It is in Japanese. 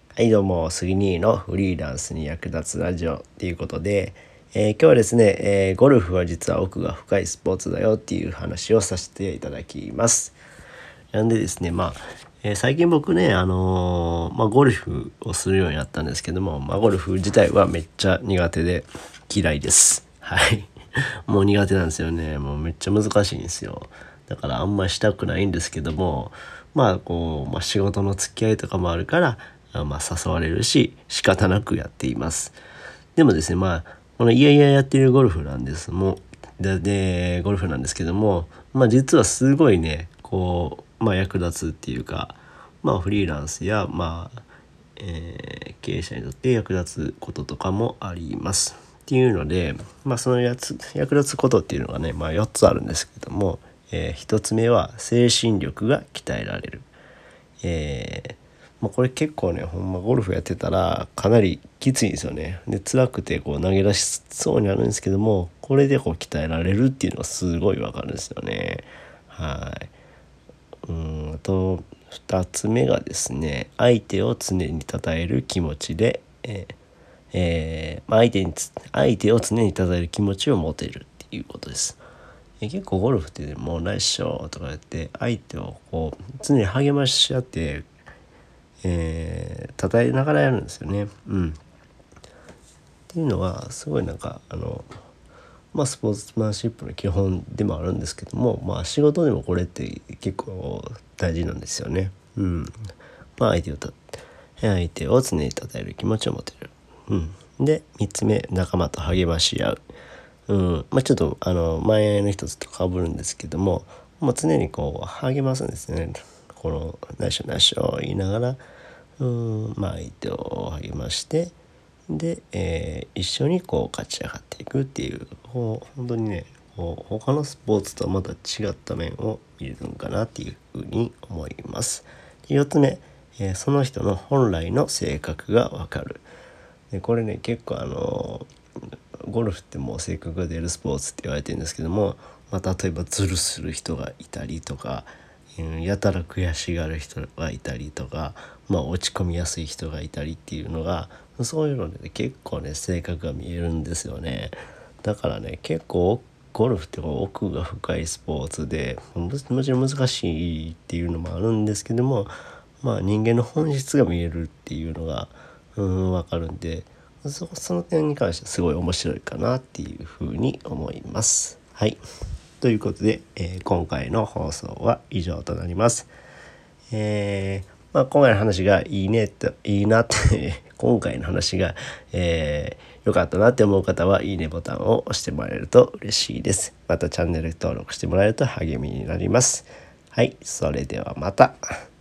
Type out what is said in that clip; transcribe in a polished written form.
はいどうも、杉兄のフリーランスに役立つラジオということで、今日はですね、ゴルフは実は奥が深いスポーツだよっていう話をさせていただきます。なんでですね、最近僕ね、ゴルフをするようになったんですけども、ゴルフ自体はめっちゃ苦手で嫌いです。はい。もう苦手なんですよね。もうめっちゃ難しいんですよ。だからあんましたくないんですけども、仕事の付き合いとかもあるから、誘われるし仕方なくやっています。でもですね、このいやいややってるゴルフなんですゴルフなんですけども、実はすごいね役立つっていうか、フリーランスや経営者にとって役立つこととかもありますっていうので、その役立つことっていうのがね、4つあるんですけども、1つ目は精神力が鍛えられる。これ結構ね、ほんまゴルフやってたらかなりきついんですよね。で辛くて投げ出しそうになるんですけども、これで鍛えられるっていうのがすごいわかるんですよね。はい。あと2つ目がですね、相手を常に称える気持ちで、相手を常に称える気持ちを持てるっていうことです。結構ゴルフって、ね、もうナイスショーとか言って相手を常に励まし合って、称えながらやるんですよね。っていうのはすごいスポーツマンシップの基本でもあるんですけども、仕事でもこれって結構大事なんですよね。相手を常に称える気持ちを持てる。で3つ目、仲間と励まし合う。ちょっと前の一つと被るんですけども、常に励ますんですね。この内緒内緒言いながら、相手を励ましてで、一緒に勝ち上がっていくっていう、本当にね他のスポーツとはまた違った面を見れるんかなっていうふうに思います。で4つ目、その人の本来の性格がわかる。でこれね結構ゴルフってもう性格が出るスポーツって言われてるんですけども、例えばズルする人がいたりとか、やたら悔しがる人がいたりとか、落ち込みやすい人がいたりっていうのが、そういうので、ね、結構ね性格が見えるんですよね。だからね結構ゴルフって奥が深いスポーツで、もちろん難しいっていうのもあるんですけども、人間の本質が見えるっていうのが分かるんで、その点に関してはすごい面白いかなっていうふうに思います。はい。ということで、今回の放送は以上となります。今回の話がいいなって今回の話が、良かったなって思う方はいいねボタンを押してもらえると嬉しいです。またチャンネル登録してもらえると励みになります。はい、それではまた。